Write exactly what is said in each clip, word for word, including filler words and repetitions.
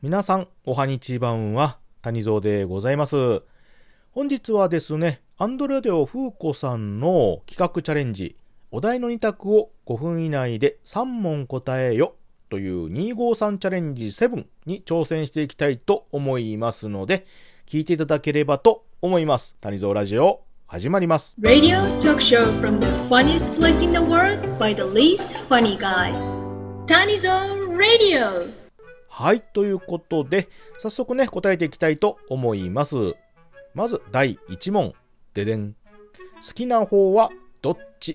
皆さん、おはにちばんは、谷蔵でございます。本日はですね、アンドレオ風子さんの企画チャレンジ、お題のに択をごふん以内でさん問答えよというにひゃくごじゅうさんチャレンジななに挑戦していきたいと思いますので、聞いていただければと思います。谷蔵ラジオ、始まります。 Radio talk show from the funniest place in the world by the least funny guy. Tanizo Radio! はい、ということで、早速ね、答えていきたいと思います。まず、だいいち問。ででん。好きな方はどっち？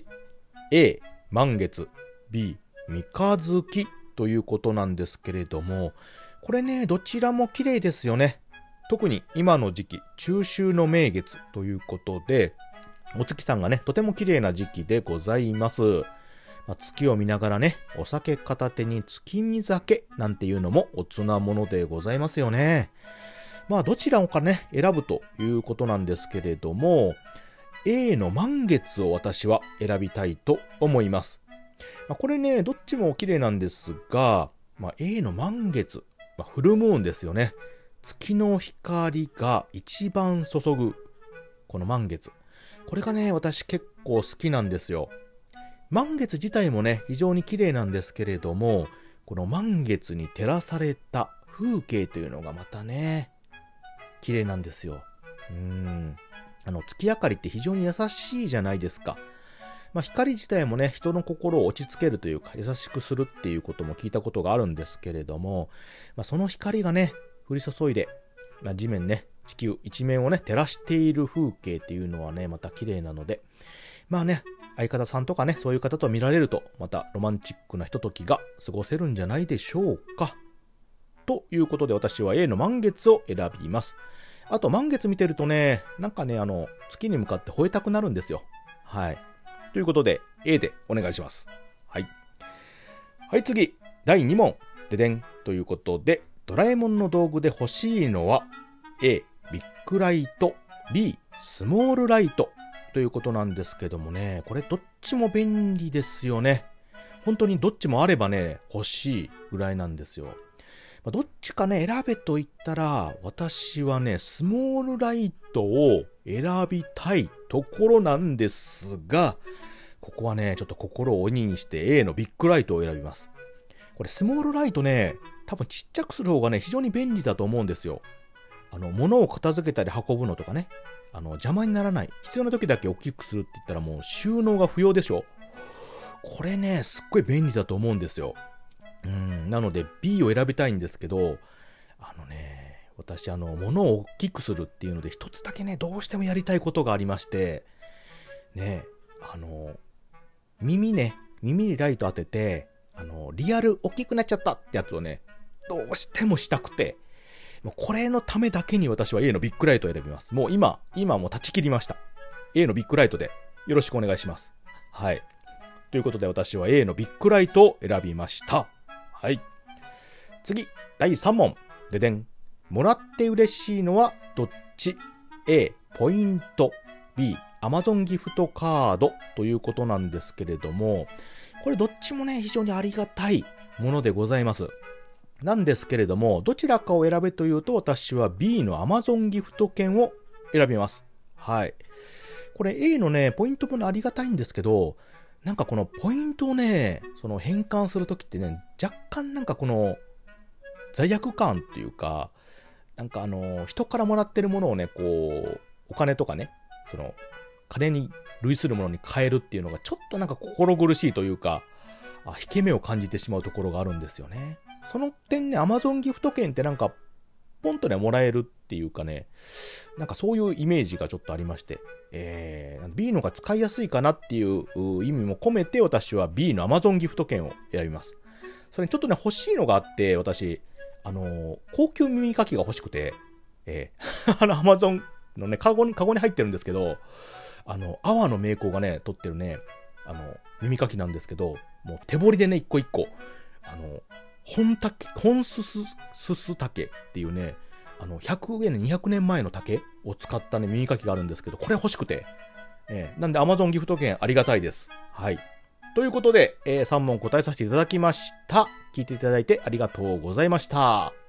A、満月。B、三日月。ということなんですけれども、これね、どちらも綺麗ですよね。特に今の時期、中秋の名月ということで、お月さんがね、とても綺麗な時期でございます。まあ、月を見ながらね、お酒片手に月見酒なんていうのもおつなものでございますよね。まあどちらをかね、選ぶということなんですけれども、A の満月を私は選びたいと思います。まあ、これね、どっちも綺麗なんですが、まあ、A の満月、まあ、フルムーンですよね。月の光が一番注ぐ、この満月。これがね、私結構好きなんですよ。満月自体もね、非常に綺麗なんですけれども、この満月に照らされた風景というのがまたね、綺麗なんですよ。うーん。あの、月明かりって非常に優しいじゃないですか。まあ、光自体もね、人の心を落ち着けるというか、優しくするっていうことも聞いたことがあるんですけれども、まあ、その光がね、降り注いで、まあ、地面ね、地球一面をね、照らしている風景っていうのはね、また綺麗なので、まあね、相方さんとかね、そういう方と見られると、またロマンチックなひとときが過ごせるんじゃないでしょうか。ということで私は A の満月を選びます。あと満月見てるとね、なんかね、あの、月に向かって吠えたくなるんですよ。はい。ということで A でお願いします。はい。はい、次。だいに問。ででん。ということで、ドラえもんの道具で欲しいのは A、ビッグライト。B、スモールライト。ということなんですけどもね、これどっちも便利ですよね。本当にどっちもあればね、欲しいぐらいなんですよ。まあ、どっちかね、選べと言ったら、私はね、スモールライトを選びたいところなんですが、ここはね、ちょっと心を鬼にして A のビッグライトを選びます。これスモールライトね、多分ちっちゃくする方がね、非常に便利だと思うんですよ。あの、物を片付けたり運ぶのとかね、あの、邪魔にならない。必要な時だけ大きくするって言ったらもう収納が不要でしょ。これね、すっごい便利だと思うんですよ。うん、なので B を選びたいんですけど、あのね、私あの、物を大きくするっていうので一つだけね、どうしてもやりたいことがありまして、ね、あの、耳ね、耳にライト当てて、あの、リアル大きくなっちゃったってやつをね、どうしてもしたくて、もうこれのためだけに私は A のビッグライトを選びます。もう今、今もう断ち切りました。A のビッグライトでよろしくお願いします。はい。ということで私は A のビッグライトを選びました。はい。次、だいさん問。ででん。もらって嬉しいのはどっち？ A、ポイント。B、Amazon ギフトカードということなんですけれども、これどっちもね、非常にありがたいものでございます。なんですけれども、どちらかを選べというと、私は B の Amazon ギフト券を選びます。はい。これ A のね、ポイント分ありがたいんですけど、なんかこのポイントをね、その変換するときってね、若干なんかこの罪悪感っていうか、なんかあの、人からもらってるものをね、こう、お金とかね、その、金に類するものに変えるっていうのがちょっとなんか心苦しいというか、あ、引け目を感じてしまうところがあるんですよね。その点ね、Amazon ギフト券ってなんか、ポンとね、もらえるっていうかね、なんかそういうイメージがちょっとありまして、えー、B のが使いやすいかなっていう意味も込めて、私は B の Amazon ギフト券を選びます。それにちょっとね、欲しいのがあって、私、あのー、高級耳かきが欲しくて、えー、あの、Amazon のね、カゴに、カゴに入ってるんですけど、あの、アワの名工がね、取ってるね、あの、耳かきなんですけど、もう手彫りでね、一個一個、あの、本竹、本すす、すす竹っていうね、あの、ひゃくえん、にひゃくねんまえの竹を使ったね、耳かきがあるんですけど、これ欲しくて、えー、なんで Amazon ギフト券ありがたいです。はい。ということで、えー、さん問答えさせていただきました。聞いていただいてありがとうございました。